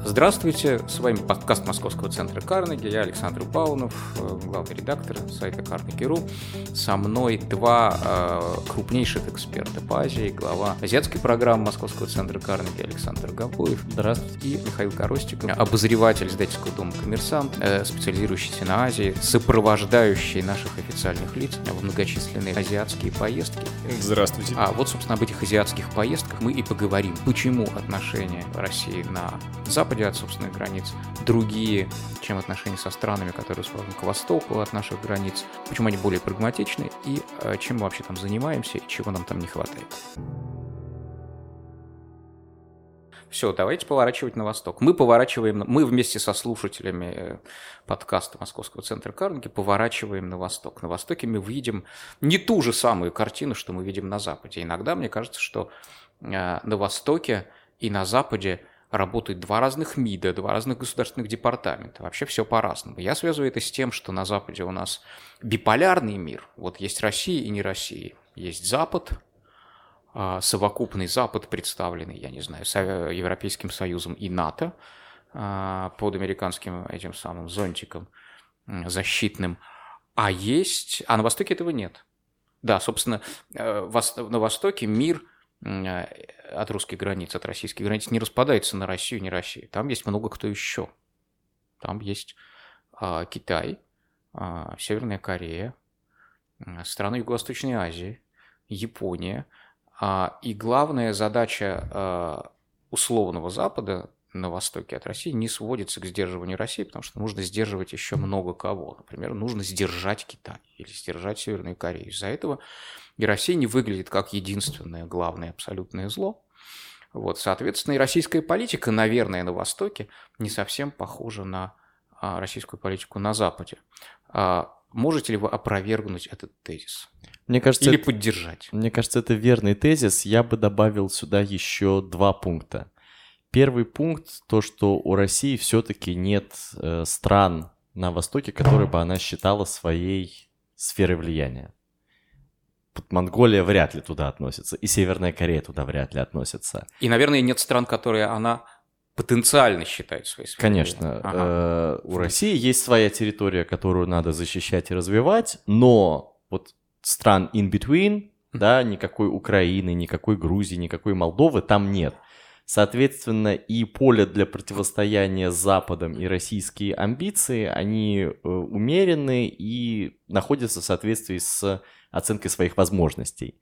Здравствуйте, с вами подкаст Московского центра Карнеги, я Александр Баунов, главный редактор сайта Carnegie.ru. Со мной два крупнейших эксперта по Азии, глава азиатской программы Московского центра Карнеги Александр Габуев. Здравствуйте. И Михаил Коростиков, обозреватель издательского дома «Коммерсант», специализирующийся на Азии, сопровождающий наших официальных лиц в многочисленные азиатские поездки. Здравствуйте. Вот, собственно, об этих азиатских поездках мы и поговорим. Почему отношения России на Западе от собственных границ другие, чем отношения со странами, которые расположены к востоку от наших границ, почему они более прагматичны и чем мы вообще там занимаемся и чего нам там не хватает. Все, давайте поворачивать на восток. Мы вместе со слушателями подкаста Московского центра Карнеги поворачиваем на восток. На востоке мы видим не ту же самую картину, что мы видим на Западе. Иногда мне кажется, что на востоке и на Западе работают два разных МИДа, два разных государственных департамента. Вообще все по-разному. Я связываю это с тем, что на Западе у нас биполярный мир. Вот есть Россия и не Россия. Есть Запад, совокупный Запад, представленный, я не знаю, Европейским Союзом и НАТО под американским этим самым зонтиком защитным. А на Востоке этого нет. Да, собственно, на Востоке мир от русских границ, от российских границ не распадается на Россию, не Россию. Там есть много кто еще. Там есть Китай, Северная Корея, страны Юго-Восточной Азии, Япония. И главная задача условного Запада на востоке от России не сводится к сдерживанию России, потому что нужно сдерживать еще много кого. Например, нужно сдержать Китай или сдержать Северную Корею. Из-за этого и Россия не выглядит как единственное главное абсолютное зло. Вот, соответственно, и российская политика, наверное, на Востоке не совсем похожа на российскую политику на Западе. Можете ли вы опровергнуть этот тезис? Мне кажется, или поддержать? Мне кажется, это верный тезис. Я бы добавил сюда еще два пункта. Первый пункт – то, что у России все-таки нет стран на Востоке, которые бы она считала своей сферой влияния. Монголия вряд ли туда относится, и Северная Корея туда вряд ли относится. И, наверное, нет стран, которые она потенциально считает своей сферой. Конечно. У России есть своя территория, которую надо защищать и развивать, но вот стран in between, да, никакой Украины, никакой Грузии, никакой Молдовы там нет. Соответственно, и поле для противостояния с Западом и российские амбиции, они умеренны и находятся в соответствии с оценкой своих возможностей.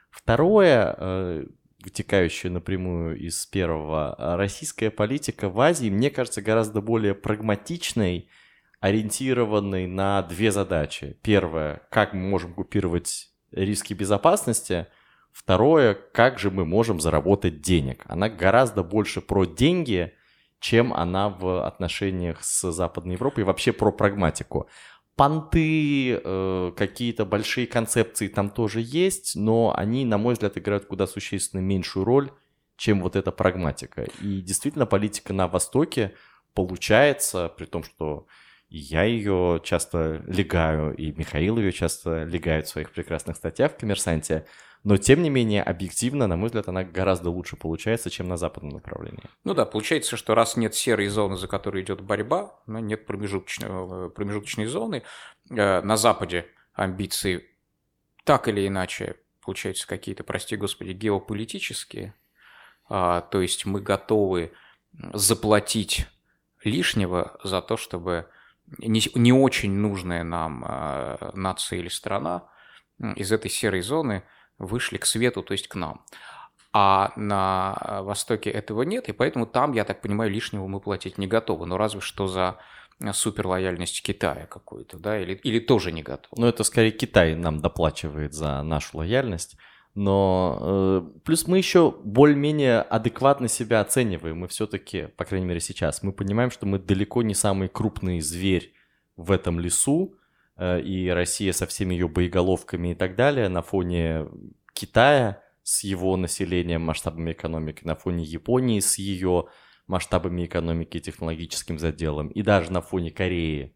Второе, вытекающее напрямую из первого, российская политика в Азии, мне кажется, гораздо более прагматичной, ориентированной на две задачи. Первое, как мы можем купировать риски безопасности. Второе, как же мы можем заработать денег. Она гораздо больше про деньги, чем она в отношениях с Западной Европой и вообще про прагматику. Понты, какие-то большие концепции там тоже есть, но они, на мой взгляд, играют куда существенно меньшую роль, чем вот эта прагматика. И действительно, политика на Востоке получается, при том, что и я ее часто лигаю, и Михаил ее часто лигает в своих прекрасных статьях в «Коммерсанте», но, тем не менее, объективно, на мой взгляд, она гораздо лучше получается, чем на западном направлении. Ну да, получается, что раз нет серой зоны, за которой идет борьба, нет промежуточной зоны, на Западе амбиции так или иначе, получается, какие-то, прости господи, геополитические, то есть мы готовы заплатить лишнего за то, чтобы не очень нужная нам нация или страна из этой серой зоны вышли к свету, то есть к нам. А на Востоке этого нет, и поэтому там, я так понимаю, лишнего мы платить не готовы. Но разве что за суперлояльность Китая какую-то, да, или тоже не готовы. Ну, это скорее Китай нам доплачивает за нашу лояльность. Но плюс мы еще более-менее адекватно себя оцениваем. Мы все-таки, по крайней мере сейчас, мы понимаем, что мы далеко не самый крупный зверь в этом лесу. И Россия со всеми ее боеголовками и так далее на фоне Китая с его населением, масштабами экономики, на фоне Японии с ее масштабами экономики и технологическим заделом, и даже на фоне Кореи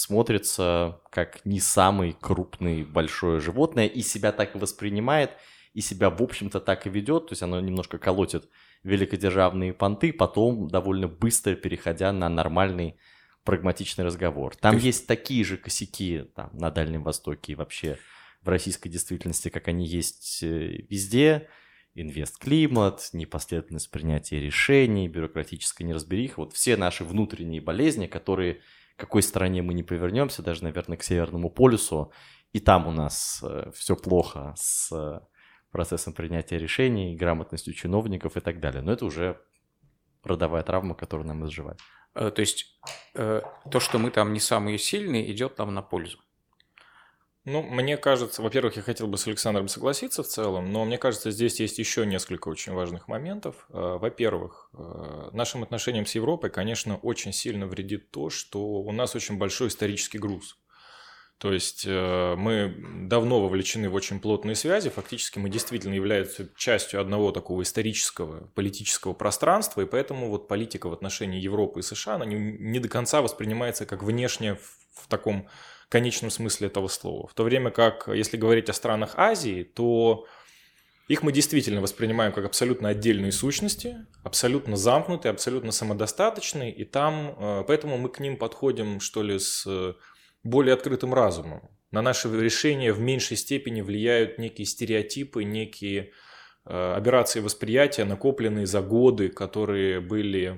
смотрится как не самый крупный большое животное и себя так воспринимает и себя, в общем-то, так и ведет, то есть оно немножко колотит великодержавные понты, потом довольно быстро переходя на нормальный прагматичный разговор. Там есть такие же косяки там, на Дальнем Востоке и вообще в российской действительности, как они есть везде. Инвестклимат, непоследовательность принятия решений, бюрократическая неразбериха. Вот все наши внутренние болезни, которые, к какой стороне мы не повернемся, даже, наверное, к Северному полюсу, и там у нас все плохо с процессом принятия решений, грамотностью чиновников и так далее. Но это уже родовая травма, которую нам изживать. То есть то, что мы там не самые сильные, идет нам на пользу. Ну, мне кажется, во-первых, я хотел бы с Александром согласиться в целом, но мне кажется, здесь есть еще несколько очень важных моментов. Во-первых, нашим отношениям с Европой, конечно, очень сильно вредит то, что у нас очень большой исторический груз. То есть мы давно вовлечены в очень плотные связи, фактически мы действительно являемся частью одного такого исторического политического пространства, и поэтому вот политика в отношении Европы и США, она не до конца воспринимается как внешняя в таком конечном смысле этого слова. В то время как, если говорить о странах Азии, то их мы действительно воспринимаем как абсолютно отдельные сущности, абсолютно замкнутые, абсолютно самодостаточные, и там, поэтому мы к ним подходим, что ли, с более открытым разумом. На наши решения в меньшей степени влияют некие стереотипы, некие аберрации восприятия, накопленные за годы, которые были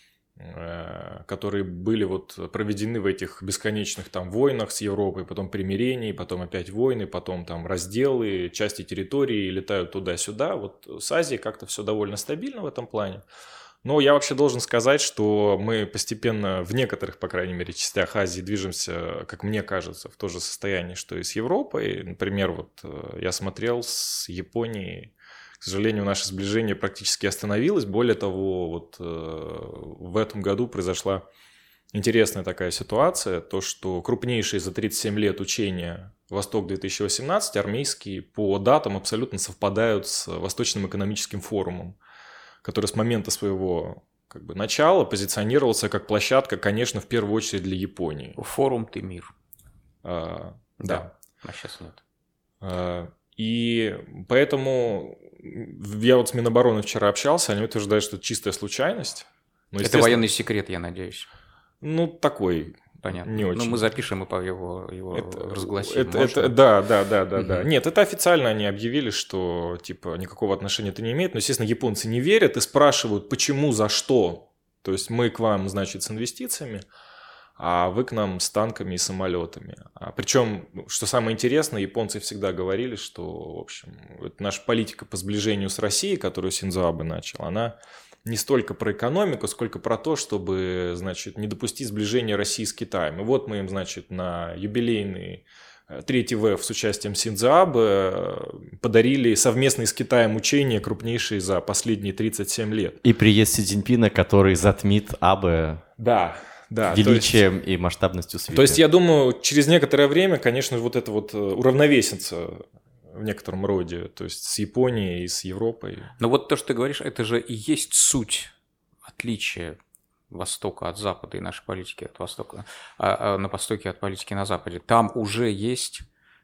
вот проведены в этих бесконечных там войнах с Европой, потом примирении, потом опять войны, потом там разделы, части территории летают туда-сюда. Вот с Азией как-то все довольно стабильно в этом плане. Но я вообще должен сказать, что мы постепенно в некоторых, по крайней мере, частях Азии движемся, как мне кажется, в то же состояние, что и с Европой. Например, вот я смотрел с Японией. К сожалению, наше сближение практически остановилось. Более того, вот в этом году произошла интересная такая ситуация, то, что крупнейшие за 37 лет учения «Восток-2018» армейские по датам абсолютно совпадают с Восточным экономическим форумом, который с момента своего начала позиционировался как площадка, конечно, в первую очередь для Японии. Форум «Ты мир». Да. А сейчас нет. И поэтому я вот с Минобороны вчера общался, они утверждают, что это чистая случайность. Но, это военный секрет, я надеюсь. Ну, такой. Понятно. Не очень. Ну, мы запишем и его разгласим. Да. Нет, это официально они объявили, что типа никакого отношения это не имеет. Но, естественно, японцы не верят и спрашивают, почему, за что. То есть мы к вам, значит, с инвестициями, а вы к нам с танками и самолетами. Причем, что самое интересное, японцы всегда говорили, что, в общем, это наша политика по сближению с Россией, которую Синдзо Абэ начал, она не столько про экономику, сколько про то, чтобы, значит, не допустить сближения России с Китаем. И вот мы им, значит, на юбилейный 3-й ВЭФ с участием Синдзо Абэ подарили совместные с Китаем учения, крупнейшие за последние 37 лет. И приезд Си Цзиньпина, который затмит Абэ величием и масштабностью света. То есть, я думаю, через некоторое время, конечно, вот это вот уравновесится в некотором роде, то есть с Японией и с Европой. Но вот то, что ты говоришь, это же и есть суть отличия Востока от Запада и нашей политики от Востока, на Востоке от политики на Западе. Там уже есть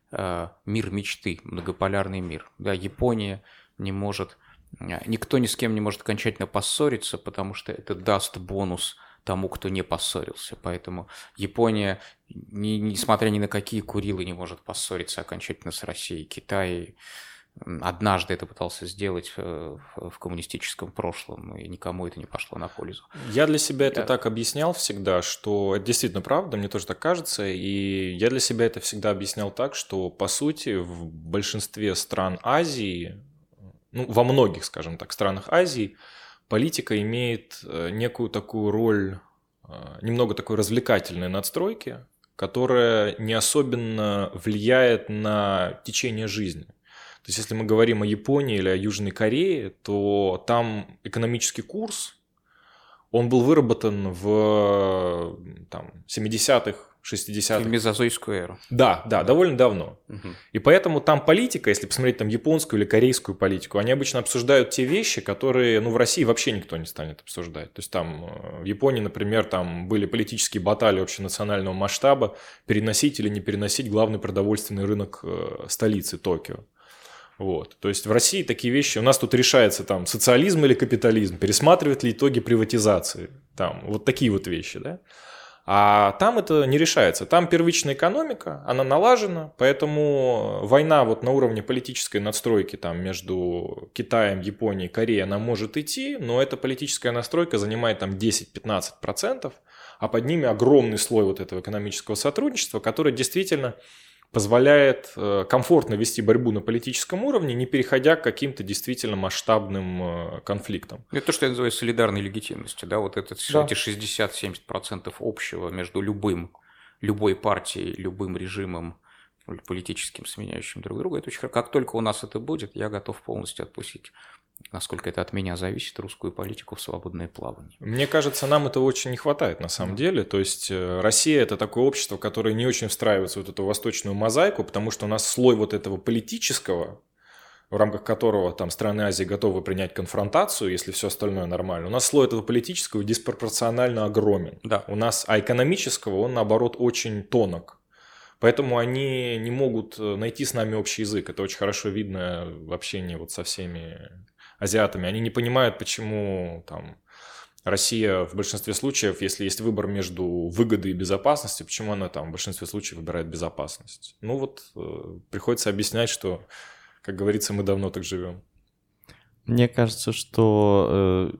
мир мечты, многополярный мир. Да, Япония не может, никто ни с кем не может окончательно поссориться, потому что это даст бонус тому, кто не поссорился. Поэтому Япония, несмотря ни на какие Курилы, не может поссориться окончательно с Россией. Китай однажды это пытался сделать в коммунистическом прошлом, и никому это не пошло на пользу. Я для себя это так объяснял всегда, что это действительно правда, мне тоже так кажется, и я для себя это всегда объяснял так, что, по сути, в большинстве стран Азии, ну, во многих, скажем так, странах Азии, политика имеет некую такую роль, немного такой развлекательной надстройки, которая не особенно влияет на течение жизни. То есть, если мы говорим о Японии или о Южной Корее, то там экономический курс, он был выработан в 70-х, 60-х. В мезозойскую эру. Да, довольно давно. Угу. И поэтому там политика, если посмотреть там японскую или корейскую политику, они обычно обсуждают те вещи, которые, в России вообще никто не станет обсуждать. То есть там в Японии, например, там были политические баталии общенационального масштаба, переносить или не переносить главный продовольственный рынок столицы Токио. Вот. То есть в России такие вещи, у нас тут решается там социализм или капитализм, пересматривать ли итоги приватизации, там вот такие вот вещи, да. А там это не решается. Там первичная экономика, она налажена, поэтому война вот на уровне политической надстройки там между Китаем, Японией, Кореей, она может идти, но эта политическая настройка занимает там 10-15%, а под ними огромный слой вот этого экономического сотрудничества, который действительно позволяет комфортно вести борьбу на политическом уровне, не переходя к каким-то действительно масштабным конфликтам. Это то, что я называю солидарной легитимностью, да, вот эти 60-70% общего между любой партией, любым режимом политическим, сменяющим друг друга, это очень хорошо. Как только у нас это будет, я готов полностью отпустить, насколько это от меня зависит, русскую политику в свободное плавание. Мне кажется, нам этого очень не хватает на самом деле. То есть Россия – это такое общество, которое не очень встраивается в вот эту восточную мозаику, потому что у нас слой вот этого политического, в рамках которого там страны Азии готовы принять конфронтацию, если все остальное нормально. У нас слой этого политического диспропорционально огромен. Да. А экономического он, наоборот, очень тонок. Поэтому они не могут найти с нами общий язык. Это очень хорошо видно в общении вот со всеми азиатами. Они не понимают, почему там Россия в большинстве случаев, если есть выбор между выгодой и безопасностью, почему она там в большинстве случаев выбирает безопасность. Ну вот приходится объяснять, что, как говорится, мы давно так живем. Мне кажется, что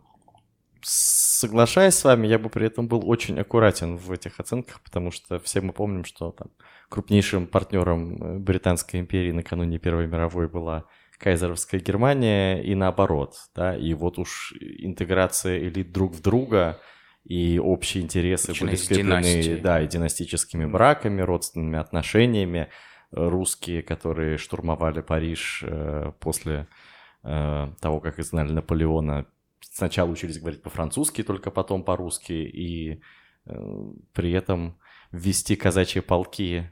соглашаясь с вами, я бы при этом был очень аккуратен в этих оценках, потому что все мы помним, что там крупнейшим партнером Британской империи накануне Первой мировой была кайзеровская Германия и наоборот, да, и вот уж интеграция элит друг в друга и общие интересы были скреплены, да, и династическими браками, родственными отношениями. Русские, которые штурмовали Париж после того, как изгнали Наполеона, сначала учились говорить по-французски, только потом по-русски, и при этом ввести казачьи полки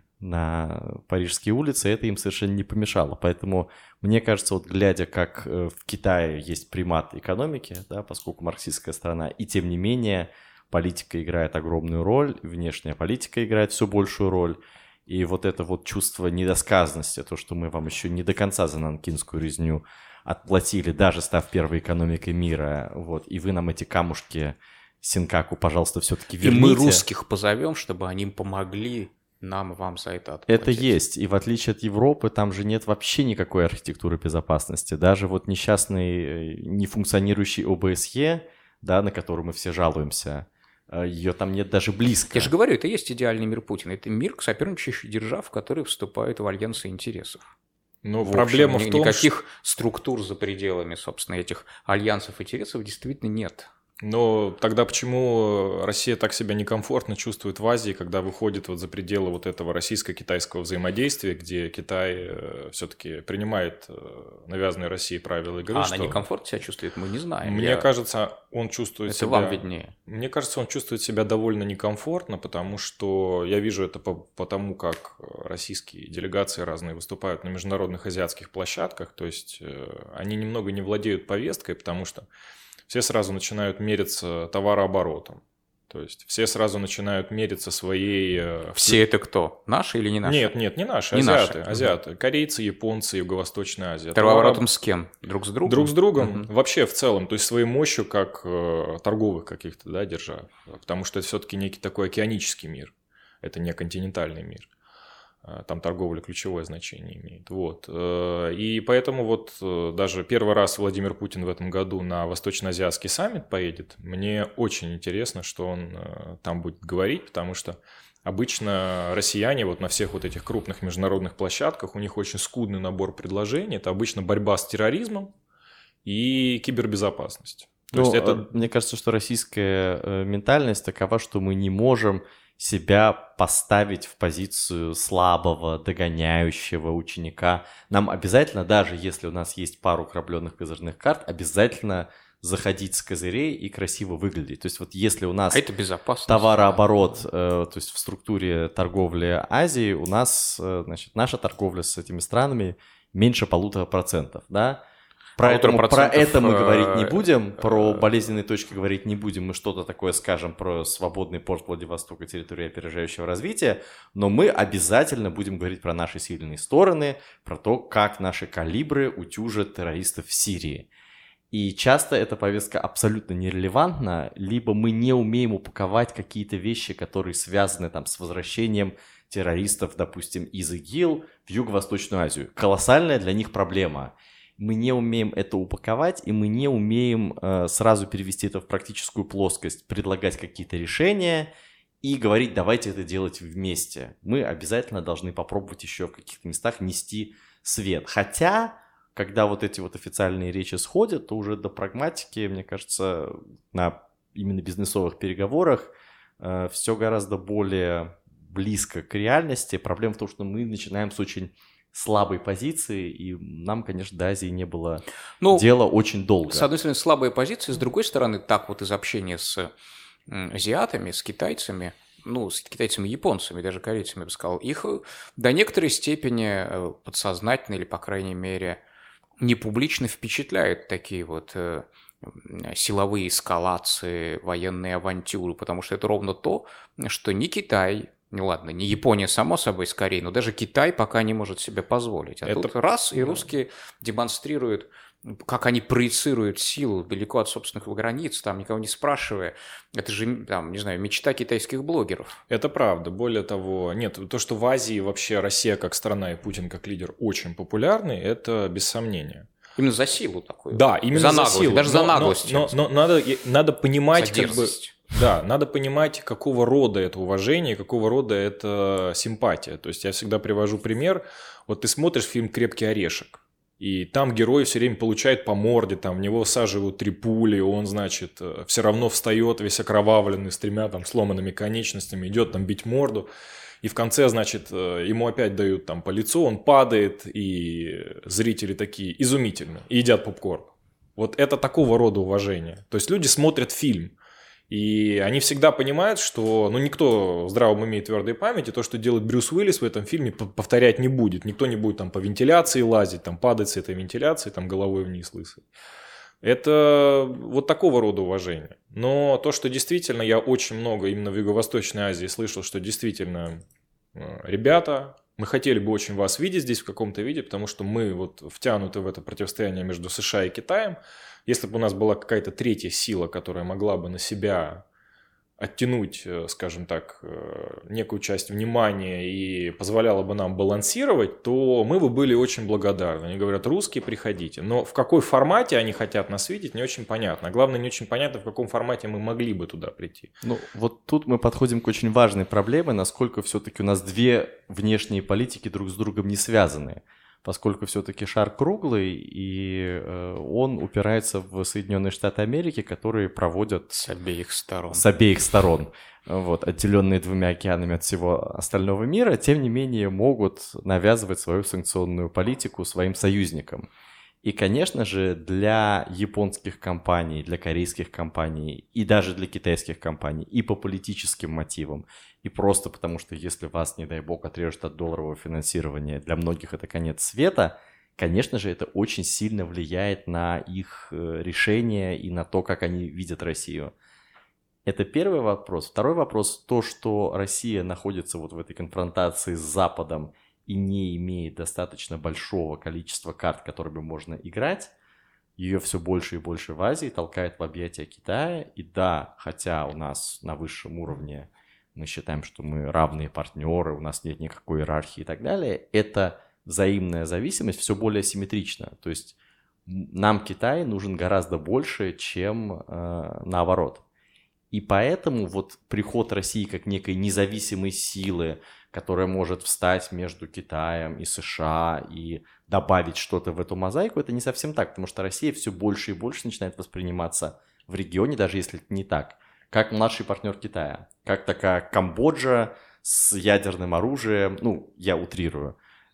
на парижские улицы, это им совершенно не помешало. Поэтому мне кажется, вот глядя, как в Китае есть примат экономики, да, поскольку марксистская страна, и тем не менее политика играет огромную роль, внешняя политика играет все большую роль, и вот это вот чувство недосказанности, то, что мы вам еще не до конца за нанкинскую резню отплатили, даже став первой экономикой мира, вот, и вы нам эти камушки Синкаку, пожалуйста, все-таки верните. И мы русских позовем, чтобы они им помогли нам вам за это отплатить. Это есть, и в отличие от Европы, там же нет вообще никакой архитектуры безопасности. Даже вот несчастный, нефункционирующий ОБСЕ, да, на который мы все жалуемся, ее там нет даже близко. Я же говорю, это и есть идеальный мир Путина. Это мир соперничающих держав, которые вступают в альянсы интересов. Но проблема в том, никаких структур за пределами, собственно, этих альянсов интересов действительно нет. Но тогда почему Россия так себя некомфортно чувствует в Азии, когда выходит вот за пределы вот этого российско-китайского взаимодействия, где Китай все-таки принимает навязанные России правила игры? Она некомфортно себя чувствует, мы не знаем. Мне кажется, он чувствует себя... Это вам виднее. Мне кажется, он чувствует себя довольно некомфортно, потому что я вижу это по тому, как российские делегации разные выступают на международных азиатских площадках. То есть они немного не владеют повесткой, потому что все сразу начинают мериться товарооборотом. То есть все сразу начинают мериться своей... Все это кто? Наши или не наши? Нет, не наши, не азиаты. Наши. Азиаты. Корейцы, японцы, Юго-Восточная Азия. Товарооборотом с кем? Друг с другом? Друг с другом. Вообще в целом. То есть своей мощью как торговых каких-то, да, держав. Потому что это все-таки некий такой океанический мир. Это не континентальный мир. Там торговля ключевое значение имеет. Вот. И поэтому вот даже первый раз Владимир Путин в этом году на Восточно-Азиатский саммит поедет. Мне очень интересно, что он там будет говорить, потому что обычно россияне вот на всех вот этих крупных международных площадках, у них очень скудный набор предложений. Это обычно борьба с терроризмом и кибербезопасность. То есть это... Мне кажется, что российская ментальность такова, что мы не можем себя поставить в позицию слабого, догоняющего ученика. Нам обязательно, даже если у нас есть пару крапленных козырных карт, обязательно заходить с козырей и красиво выглядеть. То есть вот если у нас это безопасность, товарооборот, то есть в структуре торговли Азии у нас, значит, наша торговля с этими странами меньше 1,5%, да? Про это мы говорить не будем, про болезнь. болезненные точки говорить не будем, мы что-то такое скажем про свободный порт Владивостока, территорию опережающего развития, но мы обязательно будем говорить про наши сильные стороны, про то, как наши калибры утюжат террористов в Сирии. И часто эта повестка абсолютно нерелевантна, либо мы не умеем упаковать какие-то вещи, которые связаны там с возвращением террористов, допустим, из ИГИЛ в Юго-Восточную Азию. Колоссальная для них проблема. Мы не умеем это упаковать, и мы не умеем сразу перевести это в практическую плоскость, предлагать какие-то решения и говорить, давайте это делать вместе. Мы обязательно должны попробовать еще в каких-то местах нести свет. Хотя, когда вот эти вот официальные речи сходят, то уже до прагматики, мне кажется, на именно бизнесовых переговорах все гораздо более близко к реальности. Проблема в том, что мы начинаем с очень слабой позиции, и нам, конечно, до Азии не было дела очень долго. С одной стороны, слабая позиция, с другой стороны, так вот из общения с азиатами, с китайцами, с китайцами и японцами, даже корейцами, я бы сказал, их до некоторой степени подсознательно или, по крайней мере, не публично впечатляют такие вот силовые эскалации, военные авантюры, потому что это ровно то, что ни Китай, не Япония, само собой, скорее, но даже Китай пока не может себе позволить. А тут раз, и русские демонстрируют, как они проецируют силу далеко от собственных границ, там, никого не спрашивая. Это же, там, не знаю, мечта китайских блогеров. Это правда. Более того, то, что в Азии вообще Россия как страна и Путин как лидер очень популярны, это без сомнения. Именно за силу такую. Да, именно за силу. Даже за наглость. Но надо понимать, надо понимать, какого рода это уважение, какого рода это симпатия. То есть я всегда привожу пример. Вот ты смотришь фильм «Крепкий орешек», и там герой все время получает по морде, там в него всаживают 3 пули, он, значит, все равно встает весь окровавленный, с 3 там сломанными конечностями, идет там бить морду. И в конце, значит, ему опять дают там по лицу, он падает, и зрители такие изумительно, и едят попкорн. Вот это такого рода уважение. То есть люди смотрят фильм, и они всегда понимают, что никто в здравом уме и твердой памяти то, что делает Брюс Уиллис в этом фильме, повторять не будет. Никто не будет там по вентиляции лазить, там падать с этой вентиляции, там головой вниз лысый. Это вот такого рода уважение. Но то, что действительно я очень много именно в Юго-Восточной Азии слышал, что действительно, ребята, мы хотели бы очень вас видеть здесь в каком-то виде, потому что мы вот втянуты в это противостояние между США и Китаем. Если бы у нас была какая-то третья сила, которая могла бы на себя оттянуть, скажем так, некую часть внимания и позволяла бы нам балансировать, то мы бы были очень благодарны. Они говорят, русские, приходите. Но в какой формате они хотят нас видеть, не очень понятно. А главное, не очень понятно, в каком формате мы могли бы туда прийти. Вот тут мы подходим к очень важной проблеме, насколько все-таки у нас 2 внешние политики друг с другом не связаны. Поскольку все-таки шар круглый, и он упирается в Соединенные Штаты Америки, которые проводят... С обеих сторон. С обеих сторон. Вот, отделенные 2 океанами от всего остального мира, тем не менее могут навязывать свою санкционную политику своим союзникам. И, конечно же, для японских компаний, для корейских компаний и даже для китайских компаний и по политическим мотивам, и просто потому, что если вас, не дай бог, отрежут от долларового финансирования, для многих это конец света, конечно же, это очень сильно влияет на их решения и на то, как они видят Россию. Это первый вопрос. Второй вопрос, то, что Россия находится вот в этой конфронтации с Западом и не имеет достаточно большого количества карт, которыми можно играть, ее все больше и больше в Азии толкает в объятия Китая. И да, хотя у нас на высшем уровне мы считаем, что мы равные партнеры, у нас нет никакой иерархии и так далее, эта взаимная зависимость все более симметрична. То есть нам Китай нужен гораздо больше, чем наоборот. И поэтому вот приход России как некой независимой силы, которая может встать между Китаем и США и добавить что-то в эту мозаику, это не совсем так, потому что Россия все больше и больше начинает восприниматься в регионе, даже если это не так, как младший партнер Китая, как такая Камбоджа с ядерным оружием, я утрирую,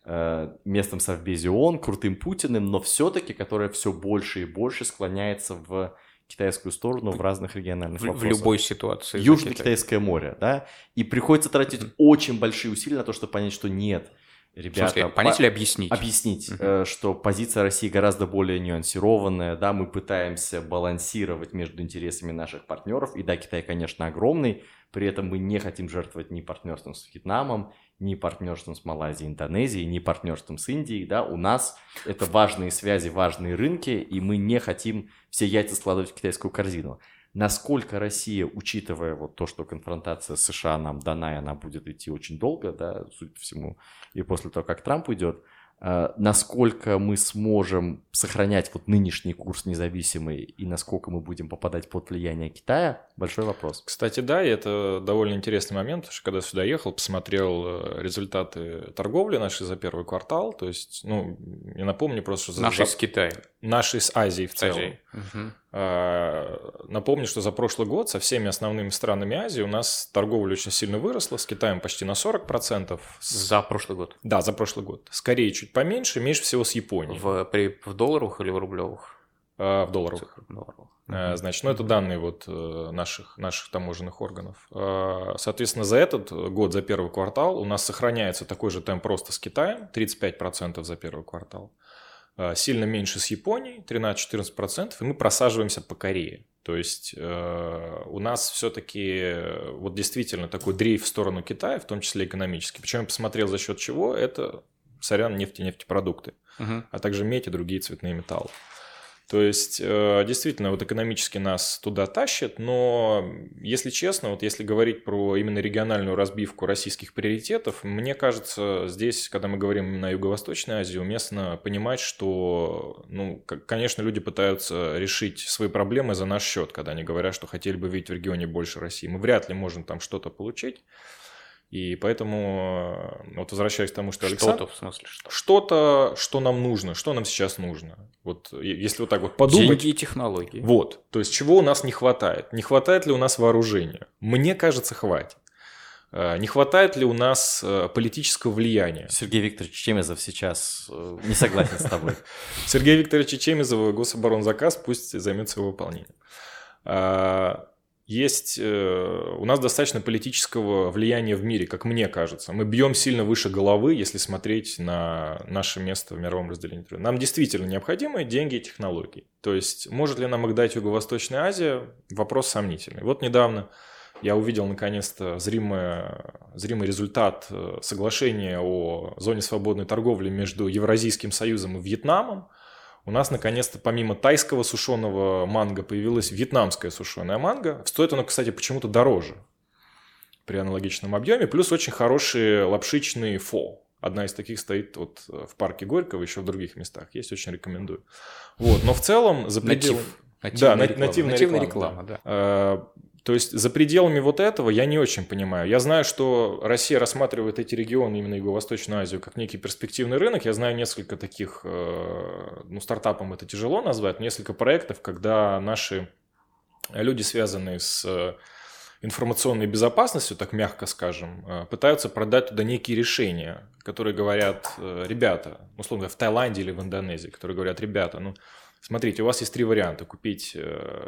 местом Совбезе ООН, крутым Путиным, но все-таки, которая все больше и больше склоняется в китайскую сторону в разных региональных вопросах. В любой ситуации. Южно-Китайское море, да, и приходится тратить очень большие усилия на то, чтобы понять, что нет, ребята, понять или объяснить? Объяснить, что позиция России гораздо более нюансированная, да, мы пытаемся балансировать между интересами наших партнеров, и да, Китай, конечно, огромный, при этом мы не хотим жертвовать ни партнерством с Вьетнамом, ни партнерством с Малайзией, Индонезией, ни партнерством с Индией, да, у нас это важные связи, важные рынки, и мы не хотим все яйца складывать в китайскую корзину. Насколько Россия, учитывая вот то, что конфронтация с США нам дана, и она будет идти очень долго, да, судя по всему, и после того, как Трамп уйдет, насколько мы сможем сохранять вот нынешний курс независимый и насколько мы будем попадать под влияние Китая, большой вопрос. Кстати, да, и это довольно интересный момент, потому что когда сюда ехал, посмотрел результаты торговли нашей за первый квартал, то есть, ну, я напомню просто, что... Наши с Китаем. Наши с Азией в целом. Угу. Напомню, что за прошлый год со всеми основными странами Азии у нас торговля очень сильно выросла, с Китаем почти на 40%. За прошлый год? Да, за прошлый год. С Кореей чуть поменьше, меньше всего с Японией. В долларовых или в рублевых? В долларовых. Значит, ну это данные вот наших таможенных органов. Соответственно, за этот год, за первый квартал у нас сохраняется такой же темп роста с Китаем, 35% за первый квартал. Сильно меньше с Японией, 13-14%, и мы просаживаемся по Корее. То есть у нас все-таки вот действительно такой дрейф в сторону Китая, в том числе экономический. Причем я посмотрел за счет чего, это, нефть и нефтепродукты, а также медь и другие цветные металлы. То есть, действительно, вот экономически нас туда тащит, но, если честно, вот если говорить про именно региональную разбивку российских приоритетов, мне кажется, здесь, когда мы говорим именно о Юго-Восточной Азии, уместно понимать, что, ну, конечно, люди пытаются решить свои проблемы за наш счет, когда они говорят, что хотели бы видеть в регионе больше России. Мы вряд ли можем там что-то получить. И поэтому, вот возвращаясь к тому, что Александр... Что-то, в смысле, что? Что-то, что нам нужно, что нам сейчас нужно. Вот если вот так вот подумать... Деньги и технологии. Вот, то есть чего у нас не хватает? Не хватает ли у нас вооружения? Мне кажется, хватит. Не хватает ли у нас политического влияния? Сергей Викторович Чемезов сейчас не согласен с тобой. Сергей Викторович Чемезов, Гособоронзаказ, пусть займется его выполнением. Есть у нас достаточно политического влияния в мире, как мне кажется. Мы бьем сильно выше головы, если смотреть на наше место в мировом разделении труда. Нам действительно необходимы деньги и технологии. То есть, может ли нам их дать Юго-Восточная Азия? Вопрос сомнительный. Вот недавно я увидел наконец-то зримый результат соглашения о зоне свободной торговли между Евразийским Союзом и Вьетнамом. У нас, наконец-то, помимо тайского сушеного манго, появилась вьетнамская сушеная манго. Стоит оно, кстати, почему-то дороже при аналогичном объеме. Плюс очень хорошие лапшичные фо. Одна из таких стоит вот в парке Горького, еще в других местах. Есть, очень рекомендую. Вот. Но в целом за пределами... Нативная реклама, да. То есть за пределами вот этого я не очень понимаю. Я знаю, что Россия рассматривает эти регионы, именно Юго-Восточную Азию, как некий перспективный рынок. Я знаю несколько таких, ну, стартапам это тяжело назвать, несколько проектов, когда наши люди, связанные с информационной безопасностью, так мягко скажем, пытаются продать туда некие решения, которые говорят, ребята, условно говоря, в Таиланде или в Индонезии, которые говорят, ребята, ну, смотрите, у вас есть три варианта: купить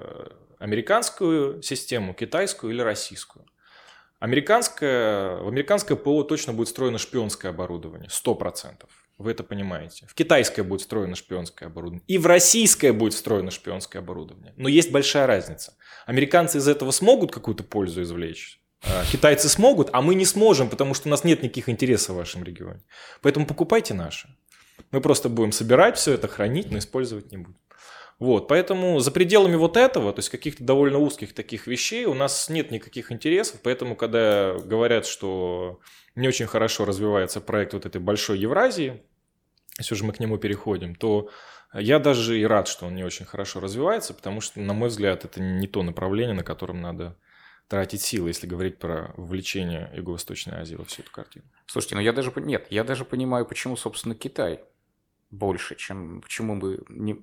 американскую систему, китайскую или российскую. В американское ПО точно будет встроено шпионское оборудование, 100%. Вы это понимаете. В китайское будет встроено шпионское оборудование. И в российское будет встроено шпионское оборудование. Но есть большая разница. Американцы из этого смогут какую-то пользу извлечь. Китайцы смогут, а мы не сможем, потому что у нас нет никаких интересов в вашем регионе. Поэтому покупайте наши. Мы просто будем собирать все это, хранить, но использовать не будем. Вот, поэтому за пределами вот этого, то есть каких-то довольно узких таких вещей, у нас нет никаких интересов, поэтому когда говорят, что не очень хорошо развивается проект вот этой большой Евразии, если уже мы к нему переходим, то я даже и рад, что он не очень хорошо развивается, потому что, на мой взгляд, это не то направление, на котором надо тратить силы, если говорить про вовлечение Юго-Восточной Азии во всю эту картину. Слушайте, ну я даже понимаю, почему, собственно, Китай больше, почему мы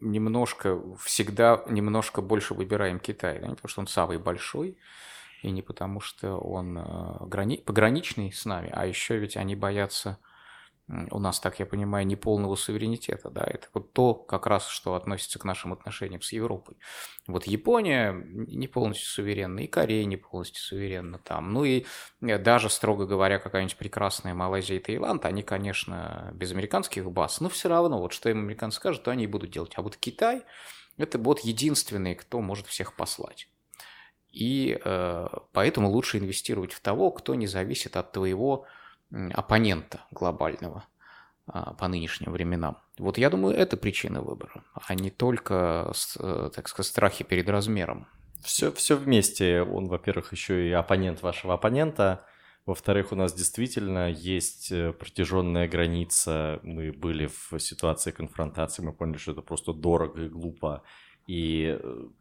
всегда немножко больше выбираем Китай. Да? Не потому что он самый большой, и не потому что он пограничный с нами, а еще ведь они боятся у нас, так я понимаю, неполного суверенитета, да, это вот то, как раз, что относится к нашим отношениям с Европой. Вот Япония не полностью суверенна, и Корея не полностью суверенна там, ну и даже, строго говоря, какая-нибудь прекрасная Малайзия и Таиланд, они, конечно, без американских баз, но все равно, вот что им американцы скажут, то они и будут делать. А вот Китай – это вот единственный, кто может всех послать. И поэтому лучше инвестировать в того, кто не зависит от твоего оппонента глобального по нынешним временам. Вот я думаю, это причина выбора, а не только, так сказать, страхи перед размером. Все вместе. Он, во-первых, еще и оппонент вашего оппонента. Во-вторых, у нас действительно есть протяженная граница. Мы были в ситуации конфронтации, мы поняли, что это просто дорого и глупо. И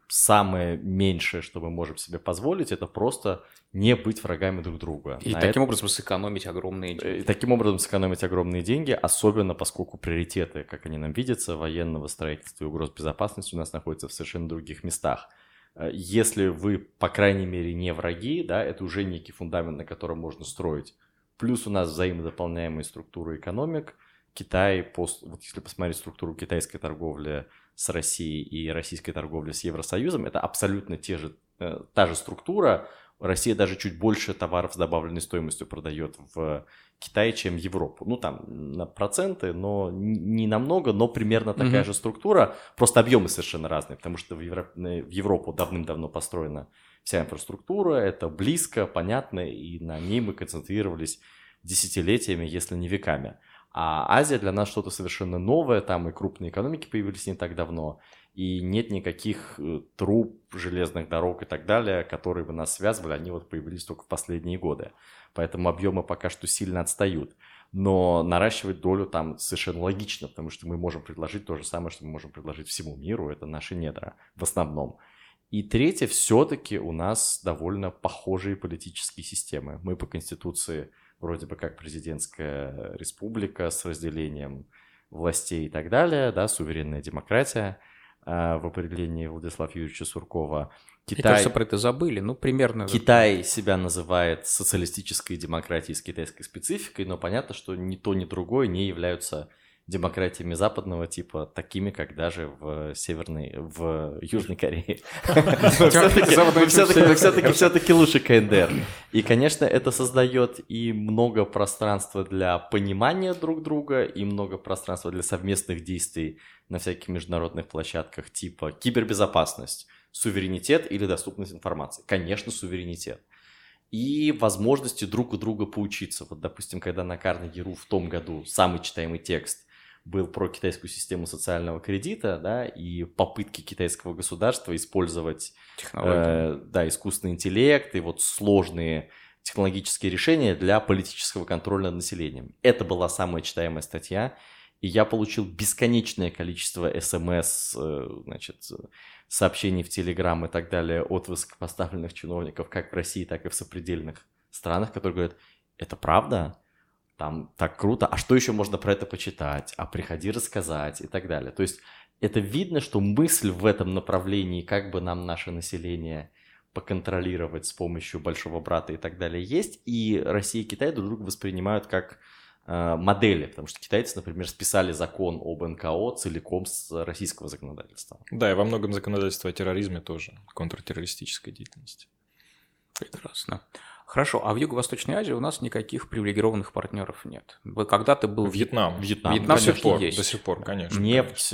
самое меньшее, что мы можем себе позволить, это просто не быть врагами друг друга. И таким образом сэкономить огромные деньги. И таким образом сэкономить огромные деньги, особенно поскольку приоритеты, как они нам видятся, военного строительства и угроз безопасности у нас находятся в совершенно других местах. Если вы, по крайней мере, не враги, да, это уже некий фундамент, на котором можно строить. Плюс у нас взаимодополняемые структуры экономик. Китай, вот если посмотреть структуру китайской торговли с Россией и российской торговли с Евросоюзом, это абсолютно та же структура. Россия даже чуть больше товаров с добавленной стоимостью продает в Китае, чем в Европу. Ну, там на проценты, но не намного, но примерно такая же структура. Просто объемы совершенно разные, потому что в Европу давным-давно построена вся инфраструктура, это близко, понятно, и на ней мы концентрировались десятилетиями, если не веками. А Азия для нас что-то совершенно новое, там и крупные экономики появились не так давно, и нет никаких труб, железных дорог и так далее, которые бы нас связывали, они вот появились только в последние годы. Поэтому объемы пока что сильно отстают. Но наращивать долю там совершенно логично, потому что мы можем предложить то же самое, что мы можем предложить всему миру, это наши недра в основном. И третье, все-таки у нас довольно похожие политические системы. Мы по Конституции вроде бы как президентская республика с разделением властей и так далее, да, суверенная демократия в определении Владислава Юрьевича Суркова. Мне кажется, про это забыли, ну, примерно. Китай себя называет социалистической демократией с китайской спецификой, но понятно, что ни то, ни другое не являются демократиями западного типа, такими, как даже в Южной Корее. Все-таки лучше КНДР. И, конечно, это создает и много пространства для понимания друг друга, и много пространства для совместных действий на всяких международных площадках типа кибербезопасность, суверенитет или доступность информации. Конечно, суверенитет. И возможности друг у друга поучиться. Вот, допустим, когда на Carnegie.ru в том году самый читаемый текст был про китайскую систему социального кредита, да, и попытки китайского государства использовать искусственный интеллект и вот сложные технологические решения для политического контроля над населением. Это была самая читаемая статья, и я получил бесконечное количество СМС, сообщений в Телеграм и так далее от высокопоставленных чиновников как в России, так и в сопредельных странах, которые говорят, это правда? Там так круто, а что еще можно про это почитать, а приходи рассказать и так далее. То есть это видно, что мысль в этом направлении, как бы нам наше население поконтролировать с помощью большого брата и так далее, есть, и Россия и Китай друг друга воспринимают как модели, потому что китайцы, например, списали закон об НКО целиком с российского законодательства. Да, и во многом законодательство о терроризме тоже, контртеррористической деятельности. Прекрасно. Хорошо, а в Юго-Восточной Азии у нас никаких привилегированных партнеров нет. Когда-то был Вьетнам. Вьетнам до все-таки сих пор, конечно. Нефть,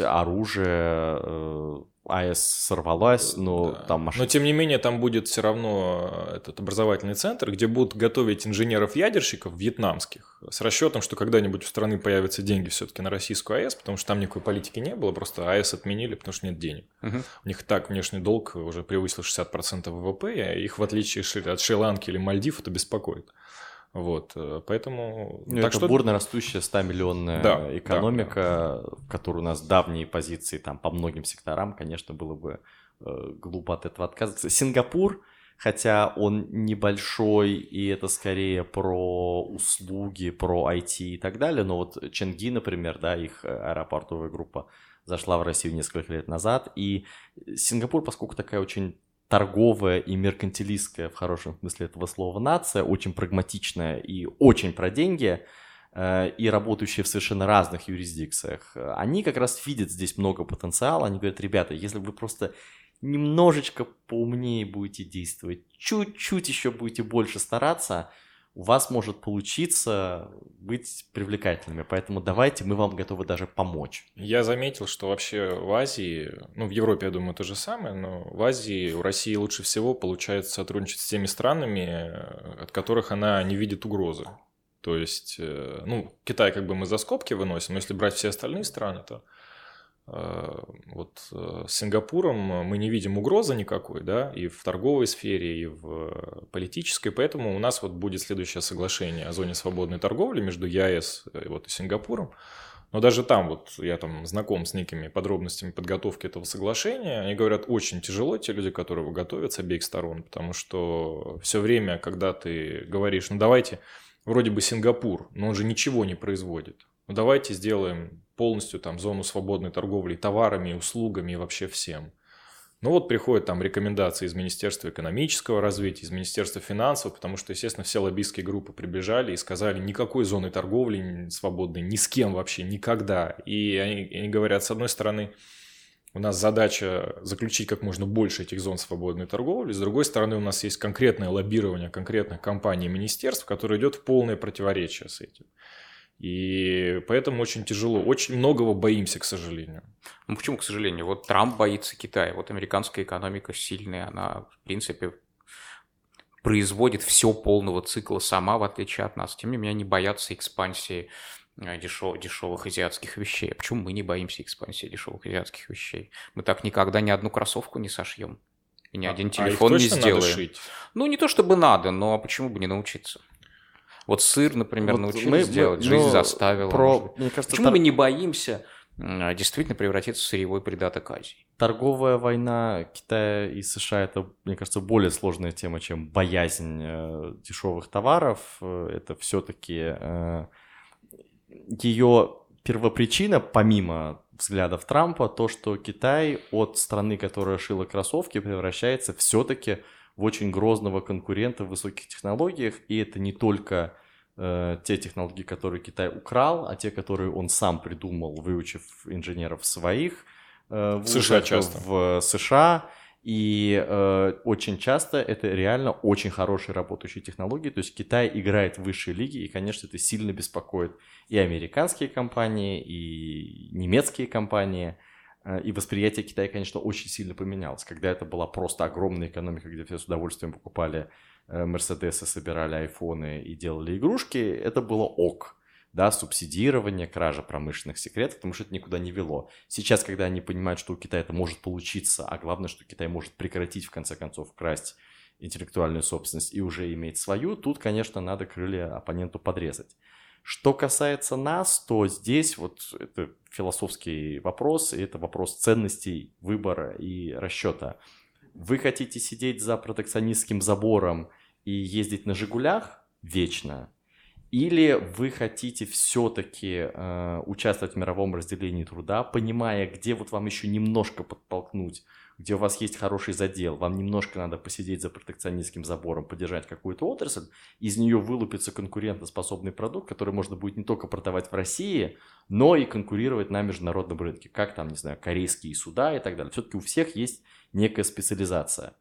оружие, АЭС сорвалась, но там машины. Но тем не менее там будет все равно этот образовательный центр, где будут готовить инженеров-ядерщиков вьетнамских с расчетом, что когда-нибудь у страны появятся деньги все-таки на российскую АЭС, потому что там никакой политики не было, просто АЭС отменили, потому что нет денег. У них так внешний долг уже превысил 60% ВВП, и их, в отличие от Шри-Ланки или Мальдив, это беспокоит. Вот, поэтому... Ну, это бурно растущая 100-миллионная экономика, в которой у нас давние позиции там по многим секторам, конечно, было бы глупо от этого отказываться. Сингапур, хотя он небольшой, и это скорее про услуги, про IT и так далее, но вот Ченги, например, да, их аэропортовая группа зашла в Россию несколько лет назад, и Сингапур, поскольку такая очень торговая и меркантилистская, в хорошем смысле этого слова, нация, очень прагматичная и очень про деньги, и работающие в совершенно разных юрисдикциях, они как раз видят здесь много потенциала. Они говорят: ребята, если вы просто немножечко поумнее будете действовать, чуть-чуть еще будете больше стараться, у вас может получиться быть привлекательными. Поэтому давайте, мы вам готовы даже помочь. Я заметил, что вообще в Азии, в Европе, я думаю, то же самое, но в Азии у России лучше всего получается сотрудничать с теми странами, от которых она не видит угрозы. То есть, Китай как бы мы за скобки выносим, но если брать все остальные страны, то с Сингапуром мы не видим угрозы никакой, да, и в торговой сфере, и в политической, поэтому у нас будет следующее соглашение о зоне свободной торговли между ЕАЭС и Сингапуром. Но даже там, я там знаком с некими подробностями подготовки этого соглашения, они говорят, очень тяжело те люди, которые его готовят с обеих сторон, потому что все время, когда ты говоришь, давайте, вроде бы Сингапур, но он же ничего не производит. Давайте сделаем полностью там зону свободной торговли товарами, услугами и вообще всем. Приходят там рекомендации из Министерства экономического развития, из Министерства финансов, потому что, естественно, все лоббистские группы прибежали и сказали, никакой зоны торговли свободной, ни с кем вообще, никогда. И они говорят, с одной стороны, у нас задача заключить как можно больше этих зон свободной торговли, с другой стороны, у нас есть конкретное лоббирование конкретных компаний и министерств, которое идет в полное противоречие с этим. И поэтому очень тяжело. Очень многого боимся, к сожалению. Почему, к сожалению? Трамп боится Китая. Американская экономика сильная, она, в принципе, производит все полного цикла сама, в отличие от нас. Тем не менее, они боятся экспансии дешевых азиатских вещей. А почему мы не боимся экспансии дешевых азиатских вещей? Мы так никогда ни одну кроссовку не сошьем. И ни один телефон не сделаем. Надо шить? Не то чтобы надо, но почему бы не научиться? Сыр, например, научились делать, жизнь заставила. Мне кажется, почему мы не боимся действительно превратиться в сырьевой придаток Азии? Торговая война Китая и США – это, мне кажется, более сложная тема, чем боязнь дешевых товаров. Это все-таки ее первопричина, помимо взглядов Трампа, то, что Китай от страны, которая шила кроссовки, превращается все-таки в очень грозного конкурента в высоких технологиях, и это не только те технологии, которые Китай украл, а те, которые он сам придумал, выучив инженеров своих в США. И очень часто это реально очень хорошие работающие технологии. То есть Китай играет в высшей лиге, и, конечно, это сильно беспокоит и американские компании, и немецкие компании. И восприятие Китая, конечно, очень сильно поменялось. Когда это была просто огромная экономика, где все с удовольствием покупали Мерседесы, собирали айфоны и делали игрушки, это было ок. Да, субсидирование, кража промышленных секретов, потому что это никуда не вело. Сейчас, когда они понимают, что у Китая это может получиться, а главное, что Китай может прекратить, в конце концов, красть интеллектуальную собственность и уже иметь свою, тут, конечно, надо крылья оппоненту подрезать. Что касается нас, то здесь это философский вопрос, и это вопрос ценностей, выбора и расчета. Вы хотите сидеть за протекционистским забором и ездить на «Жигулях» вечно? Или вы хотите все-таки участвовать в мировом разделении труда, понимая, где вам еще немножко подтолкнуть, где у вас есть хороший задел, вам немножко надо посидеть за протекционистским забором, поддержать какую-то отрасль, из нее вылупится конкурентоспособный продукт, который можно будет не только продавать в России, но и конкурировать на международном рынке, как там, не знаю, корейские суда и так далее. Все-таки у всех есть некая специализация.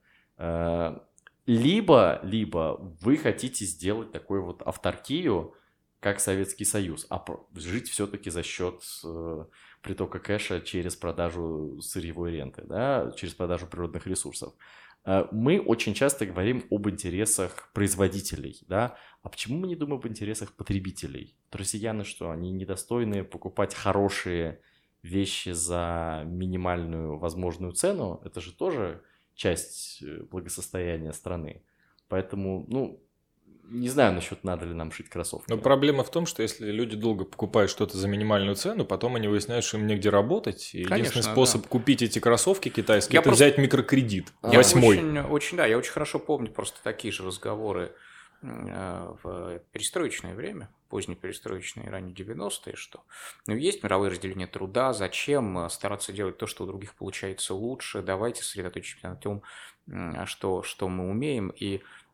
Либо вы хотите сделать такую авторкию, как Советский Союз, а жить все-таки за счет притока кэша через продажу сырьевой ренты, да, через продажу природных ресурсов. Мы очень часто говорим об интересах производителей, да, а почему мы не думаем об интересах потребителей? Россияне что, они недостойны покупать хорошие вещи за минимальную возможную цену? Это же тоже часть благосостояния страны. Поэтому, не знаю насчет, надо ли нам шить кроссовки. Но проблема в том, что если люди долго покупают что-то за минимальную цену, потом они выясняют, что им негде работать. И единственный способ купить эти кроссовки китайские – это взять микрокредит. Я очень хорошо помню просто такие же разговоры в перестроечное время, позднеперестроечные, ранние 90-е, что есть мировое разделение труда, зачем стараться делать то, что у других получается лучше, давайте сосредоточимся на том, что мы умеем. И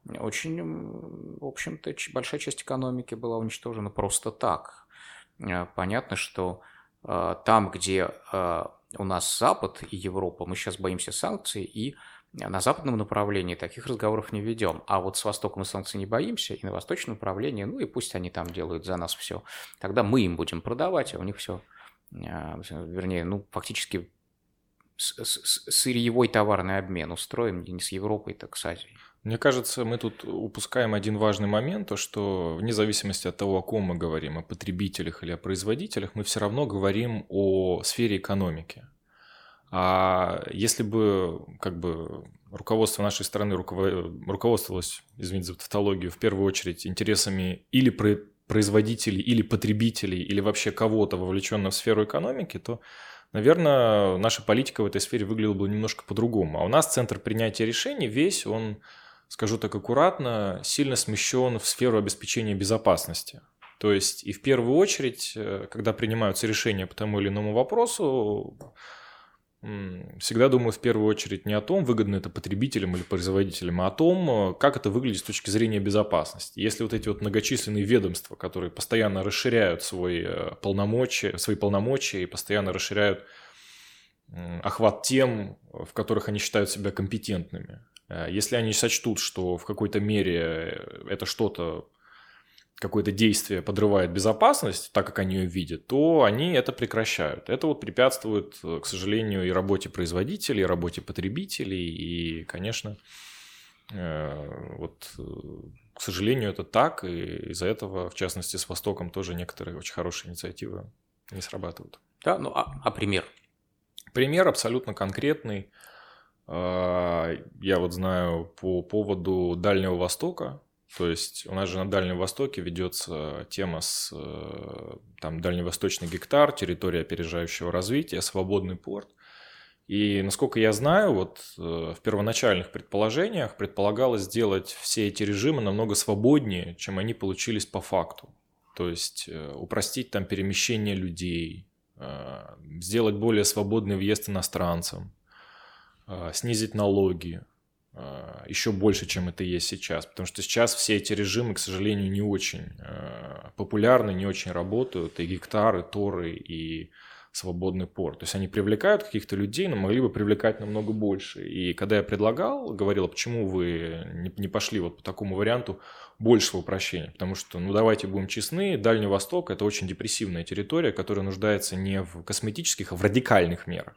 очень, в общем-то, большая часть экономики была уничтожена просто так. Понятно, что там, где у нас Запад и Европа, мы сейчас боимся санкций, и на западном направлении таких разговоров не ведем. А вот с Востоком мы санкций не боимся, и на восточном направлении, ну и пусть они там делают за нас все. Тогда мы им будем продавать, а у них все, вернее, ну, фактически сырьевой товарный обмен устроим не с Европой, так с Азией. Мне кажется, мы тут упускаем один важный момент, то что вне зависимости от того, о ком мы говорим, о потребителях или о производителях, мы все равно говорим о сфере экономики. А если бы как бы руководство нашей страны руководствовалось, извините за тавтологию, в первую очередь интересами или производителей, или потребителей, или вообще кого-то, вовлеченного в сферу экономики, то, наверное, наша политика в этой сфере выглядела бы немножко по-другому. А у нас центр принятия решений весь, он, скажу так аккуратно, сильно смещен в сферу обеспечения безопасности. То есть и в первую очередь, когда принимаются решения по тому или иному вопросу, всегда думаю в первую очередь не о том, выгодно это потребителям или производителям, а о том, как это выглядит с точки зрения безопасности. Если вот эти вот многочисленные ведомства, которые постоянно расширяют свои полномочия и постоянно расширяют охват тем, в которых они считают себя компетентными, если они сочтут, что в какой-то мере это что-то, какое-то действие подрывает безопасность, так как они ее видят, то они это прекращают. Это вот препятствует, к сожалению, и работе производителей, и работе потребителей, и, конечно, вот, к сожалению, это так, и из-за этого, в частности, с Востоком тоже некоторые очень хорошие инициативы не срабатывают. Да, ну а пример? Пример абсолютно конкретный. Я вот знаю по поводу Дальнего Востока. То есть у нас же на Дальнем Востоке ведется тема с там, дальневосточный гектар, территория опережающего развития, свободный порт. И, насколько я знаю, вот в первоначальных предположениях предполагалось сделать все эти режимы намного свободнее, чем они получились по факту. То есть упростить там перемещение людей, сделать более свободный въезд иностранцам, снизить налоги. Еще больше, чем это есть сейчас. Потому что сейчас все эти режимы, к сожалению, не очень популярны, не очень работают. И гектары, торы, и свободный порт. То есть они привлекают каких-то людей, но могли бы привлекать намного больше. И когда я предлагал, говорил, почему вы не пошли вот по такому варианту большего упрощения. Потому что, ну давайте будем честны, Дальний Восток – это очень депрессивная территория, которая нуждается не в косметических, а в радикальных мерах.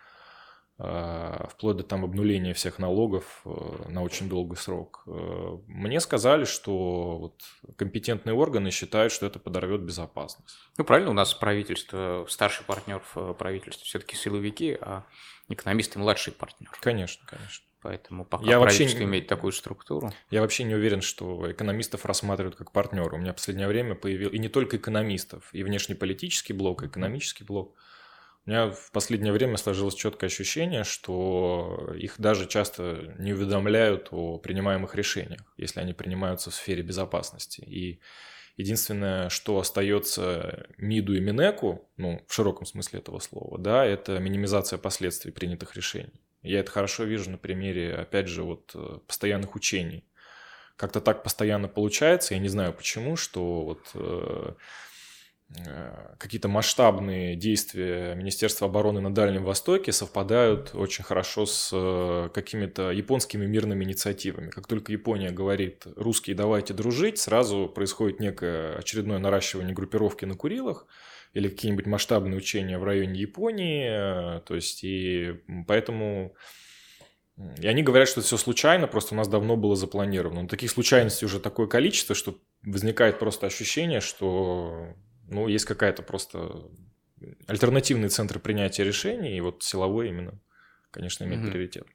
Вплоть до там обнуления всех налогов на очень долгий срок. Мне сказали, что вот компетентные органы считают, что это подорвет безопасность. Ну, правильно, у нас правительство, старший партнер в правительстве все-таки силовики, а экономисты младший партнер. Конечно, конечно. Поэтому пока правительство имеет такую структуру. Я вообще не уверен, что экономистов рассматривают как партнера. У меня в последнее время появилось, и не только экономистов, и внешнеполитический блок, и экономический блок. У меня в последнее время сложилось четкое ощущение, что их даже часто не уведомляют о принимаемых решениях, если они принимаются в сфере безопасности. И единственное, что остается МИДу и Минэку, ну, в широком смысле этого слова, да, это минимизация последствий принятых решений. Я это хорошо вижу на примере, опять же, вот постоянных учений. Как-то так постоянно получается, я не знаю почему, что вот какие-то масштабные действия Министерства обороны на Дальнем Востоке совпадают очень хорошо с какими-то японскими мирными инициативами. Как только Япония говорит «русские, давайте дружить», сразу происходит некое очередное наращивание группировки на Курилах или какие-нибудь масштабные учения в районе Японии. То есть, и поэтому... И они говорят, что это все случайно, просто у нас давно было запланировано. Но таких случайностей уже такое количество, что возникает просто ощущение, что... Ну, есть какая-то просто альтернативный центр принятия решений, и вот силовой именно, конечно, имеет приоритет.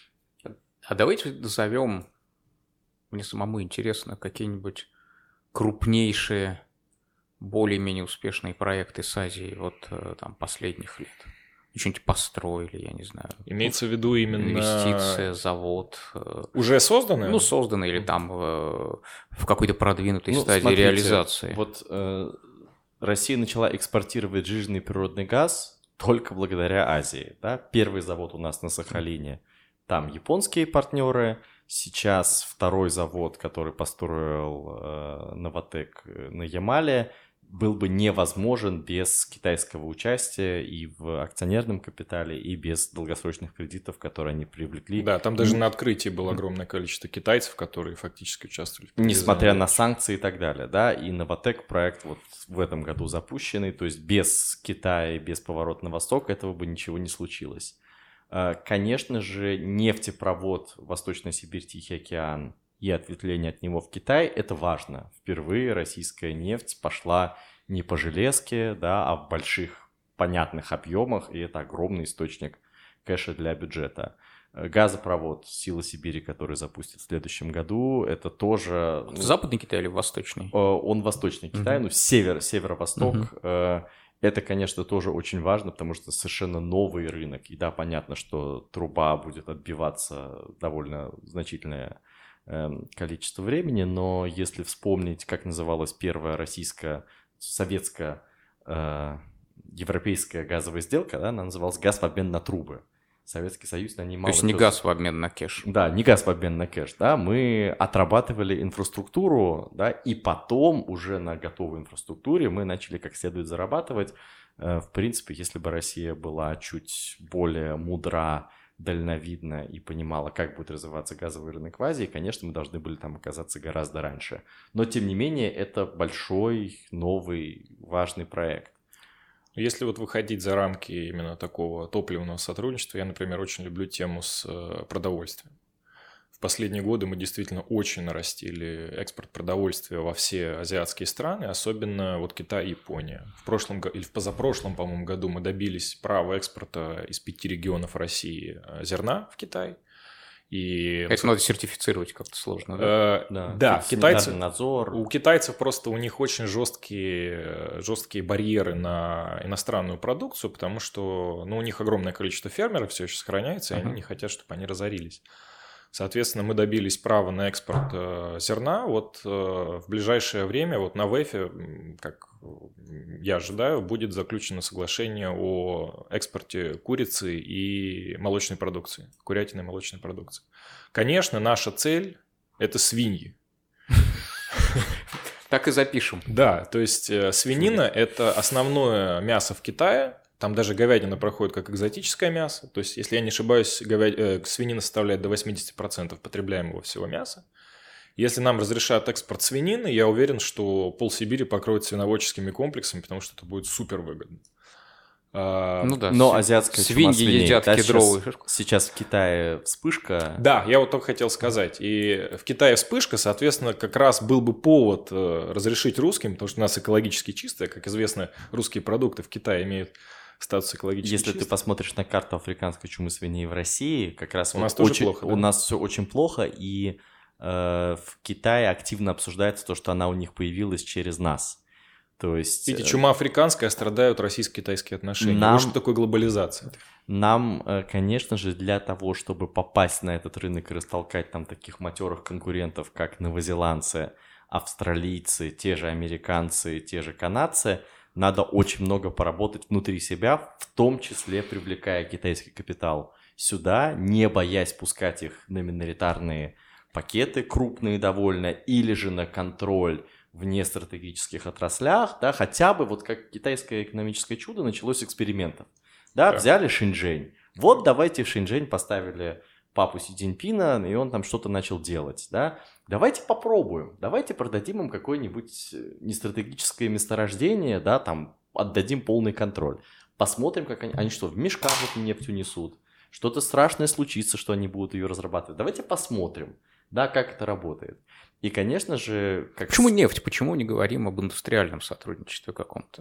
А давайте назовем, мне самому интересно, какие-нибудь крупнейшие, более-менее успешные проекты с Азией вот там последних лет. Что-нибудь построили, я не знаю. Имеется в виду именно... Инвестиция, завод. Уже созданные? Ну, созданные или там в какой-то продвинутой стадии смотрите, реализации. Вот... Россия начала экспортировать жиженый природный газ только благодаря Азии. Да? Первый завод у нас на Сахалине. Там японские партнеры, Сейчас второй завод, который построил Новатэк на Ямале, был бы невозможен без китайского участия и в акционерном капитале, и без долгосрочных кредитов, которые они привлекли. Да, там даже на открытии было огромное количество китайцев, которые фактически участвовали. Несмотря на санкции и так далее, да, и Новатэк проект вот в этом году запущенный, то есть без Китая и без поворота на восток этого бы ничего не случилось. Конечно же, нефтепровод Восточная Сибирь, Тихий океан и ответвление от него в Китай – это важно. Впервые российская нефть пошла не по железке, да, а в больших понятных объемах, и это огромный источник кэша для бюджета. Газопровод «Сила Сибири», который запустят в следующем году, это тоже… Западный Китай или восточный? Он восточный Китай, северо-восток. Это, конечно, тоже очень важно, потому что совершенно новый рынок. И да, понятно, что труба будет отбиваться довольно значительное количество времени, но если вспомнить, как называлась первая российско-советская европейская газовая сделка, да, она называлась «Газ в обмен на трубы». Советский Союз нанимал... То есть не газ в обмен на кэш. Да, не газ в обмен на кэш, да, мы отрабатывали инфраструктуру, да, и потом уже на готовой инфраструктуре мы начали как следует зарабатывать. В принципе, если бы Россия была чуть более мудра, дальновидна и понимала, как будет развиваться газовый рынок в Азии, конечно, мы должны были там оказаться гораздо раньше. Но, тем не менее, это большой, новый, важный проект. Если вот выходить за рамки именно такого топливного сотрудничества, я, например, очень люблю тему с продовольствием. В последние годы мы действительно очень нарастили экспорт продовольствия во все азиатские страны, особенно вот Китай и Япония. В прошлом или в позапрошлом, по-моему, году мы добились права экспорта из 5 регионов России зерна в Китай. И... Это надо сертифицировать как-то сложно, да? Да, китайцы, надзор. у китайцев просто у них очень жесткие барьеры на иностранную продукцию, потому что у них огромное количество фермеров все еще сохраняется, и они не хотят, чтобы они разорились. Соответственно, мы добились права на экспорт зерна. Вот в ближайшее время вот на ВЭФе, как я ожидаю, будет заключено соглашение о экспорте курицы и молочной продукции, курятины и молочной продукции. Конечно, наша цель – это свиньи. Так и запишем. Да, то есть свинина – это основное мясо в Китае. Там даже говядина проходит как экзотическое мясо. То есть, если я не ошибаюсь, свинина составляет до 80% потребляемого всего мяса. Если нам разрешат экспорт свинины, я уверен, что полсибири покроют свиноводческими комплексами, потому что это будет супер выгодно. Ну да, но азиатская чума свиней, едят да, кедровый. Сейчас в Китае вспышка. Да, я вот только хотел сказать. И в Китае вспышка, соответственно, как раз был бы повод разрешить русским, потому что у нас экологически чистое. Как известно, русские продукты в Китае имеют статус экологически Если чистый. ты посмотришь на карту африканской чумы свиней в России, как раз у нас тоже плохо, да? У нас все очень плохо, и в Китае активно обсуждается то, что она у них появилась через нас. То есть... Видите, чума африканская, страдают российско-китайские отношения. Вот что такое глобализация? Нам, конечно же, для того, чтобы попасть на этот рынок и растолкать там таких матерых конкурентов, как новозеландцы, австралийцы, те же американцы, те же канадцы, надо очень много поработать внутри себя, в том числе привлекая китайский капитал сюда, не боясь пускать их на миноритарные пакеты, крупные довольно, или же на контроль в нестратегических отраслях, да, хотя бы вот как китайское экономическое чудо началось с экспериментов. Да, взяли Шэньчжэнь. Вот давайте в Шэньчжэнь поставили папу Си Цзиньпина, и он там что-то начал делать, да. Давайте попробуем, давайте продадим им какое-нибудь нестратегическое месторождение, да, там отдадим полный контроль. Посмотрим, как они что, в мешках эту нефть унесут, что-то страшное случится, что они будут ее разрабатывать. Давайте посмотрим, да, как это работает. И, конечно же... Почему нефть? Почему не говорим об индустриальном сотрудничестве каком-то?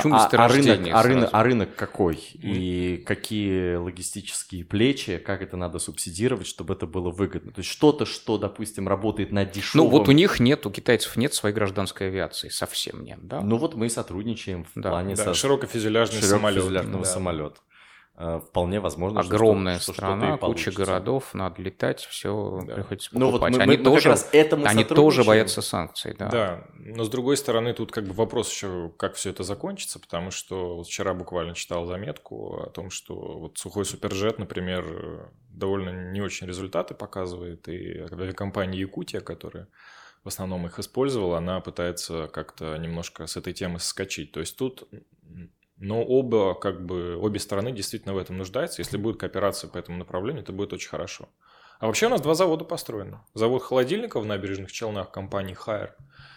Рынок какой? И какие логистические плечи, как это надо субсидировать, чтобы это было выгодно? То есть что-то, что, допустим, работает на дешевом... Ну вот у них нет, у китайцев нет своей гражданской авиации, совсем нет, да? Ну вот мы сотрудничаем в плане... широкофюзеляжного самолета. вполне возможно, огромная что страна, что-то и куча получится. городов, надо летать, все приходится Ну вот покупать. мы Они как тоже, раз этому они тоже сотрудничаем. боятся санкций, да. Да, но с другой стороны, тут как бы вопрос еще, как все это закончится, потому что вот вчера буквально читал заметку о том, что вот сухой суперджет, например, довольно не очень результаты показывает, и авиакомпания Якутия, которая в основном их использовала, она пытается как-то немножко с этой темы соскочить. То есть тут, но обе стороны действительно в этом нуждаются. Если будет кооперация по этому направлению, это будет очень хорошо. А вообще у нас 2 завода построены. Завод холодильников в Набережных Челнах компании Haier.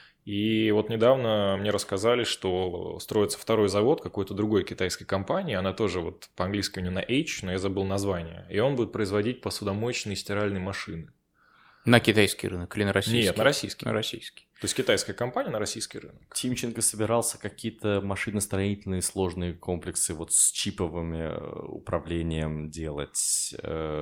И вот недавно мне рассказали, что строится 2-й завод какой-то другой китайской компании. Она тоже вот по-английски у нее на H, но я забыл название. И он будет производить посудомоечные стиральные машины. На китайский рынок или на российский? Нет, на российский. На российский. То есть китайская компания на российский рынок. Тимченко собирался какие-то машиностроительные сложные комплексы вот с чиповым управлением делать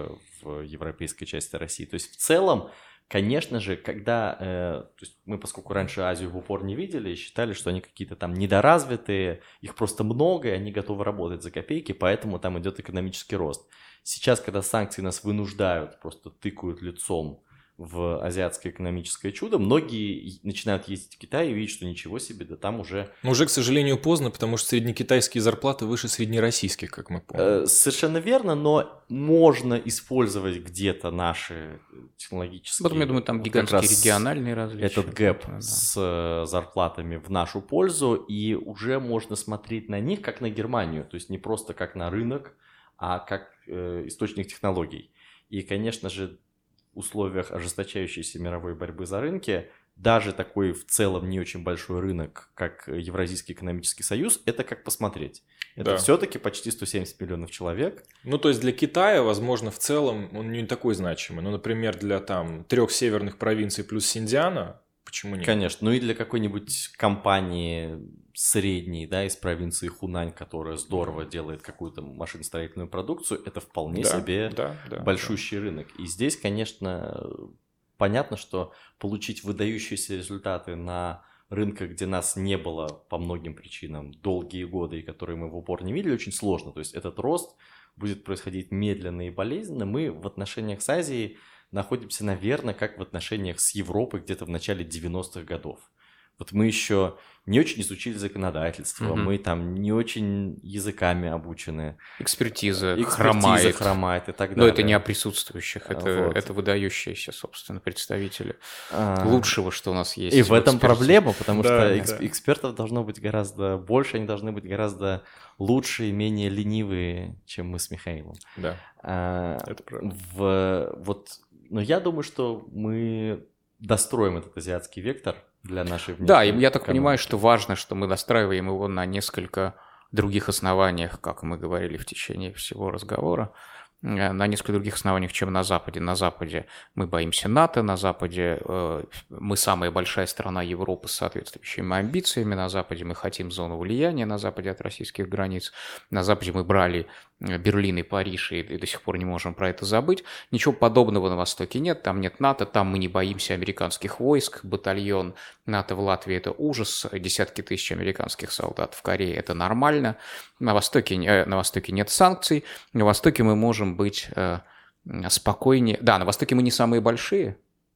в европейской части России. То есть в целом, конечно же, когда... то есть мы, поскольку раньше Азию в упор не видели, считали, что они какие-то там недоразвитые, их просто много, и они готовы работать за копейки, поэтому там идет экономический рост. Сейчас, когда санкции нас вынуждают, просто тыкают лицом в азиатское экономическое чудо, многие начинают ездить в Китай и видят, что ничего себе, да там уже... Но уже, к сожалению, поздно, потому что среднекитайские зарплаты выше среднероссийских, как мы помним. Совершенно верно, но можно использовать где-то наши технологические... Потом, я думаю, там вот гигантские как раз региональные различия. этот гэп Да. с зарплатами в нашу пользу, и уже можно смотреть на них как на Германию, то есть не просто как на рынок, а как источник технологий. И, конечно же, в условиях ожесточающейся мировой борьбы за рынки, даже такой в целом не очень большой рынок, как Евразийский экономический союз, это как посмотреть. Это Да. все-таки почти 170 миллионов человек. Ну, то есть для Китая, возможно, в целом он не такой значимый. Ну, например, для там 3 северных провинций плюс Синьцзяна, почему нет? Конечно, ну и для какой-нибудь компании средней, да, из провинции Хунань, которая здорово делает какую-то машиностроительную продукцию, это вполне себе большущий рынок. И здесь, конечно, понятно, что получить выдающиеся результаты на рынках, где нас не было по многим причинам долгие годы, и которые мы в упор не видели, очень сложно. То есть этот рост будет происходить медленно и болезненно. Мы в отношениях с Азией находимся, наверное, как в отношениях с Европой где-то в начале 90-х годов. Вот мы еще не очень изучили законодательство, мы там не очень языками обучены. Экспертиза хромает и так далее. Но это не о присутствующих, это выдающиеся, собственно, представители лучшего, что у нас есть. И в этом проблема, потому что экспертов должно быть гораздо больше, они должны быть гораздо лучше и менее ленивые, чем мы с Михаилом. Да, это правда. Но я думаю, что мы достроим этот азиатский вектор для нашей внешней Да, я так экономики. понимаю, что важно, что мы достраиваем его на несколько других основаниях, как мы говорили в течение всего разговора, на несколько других основаниях, чем на Западе. На Западе мы боимся НАТО, на Западе мы самая большая страна Европы с соответствующими амбициями, на Западе мы хотим зону влияния, на Западе от российских границ, на Западе мы брали Берлин и Париж, и до сих пор не можем про это забыть. Ничего подобного на Востоке нет, там нет НАТО, там мы не боимся американских войск, батальон НАТО в Латвии – это ужас, десятки тысяч американских солдат в Корее – это нормально, на Востоке нет санкций, на Востоке мы можем быть спокойнее. Да, на Востоке мы не самые большие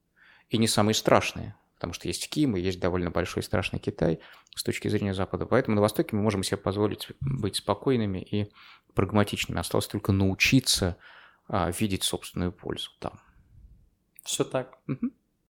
и не самые страшные, потому что есть Ким и есть довольно большой и страшный Китай с точки зрения Запада. Поэтому на Востоке мы можем себе позволить быть спокойными и прагматичными. Осталось только научиться видеть собственную пользу там. Все так. Угу.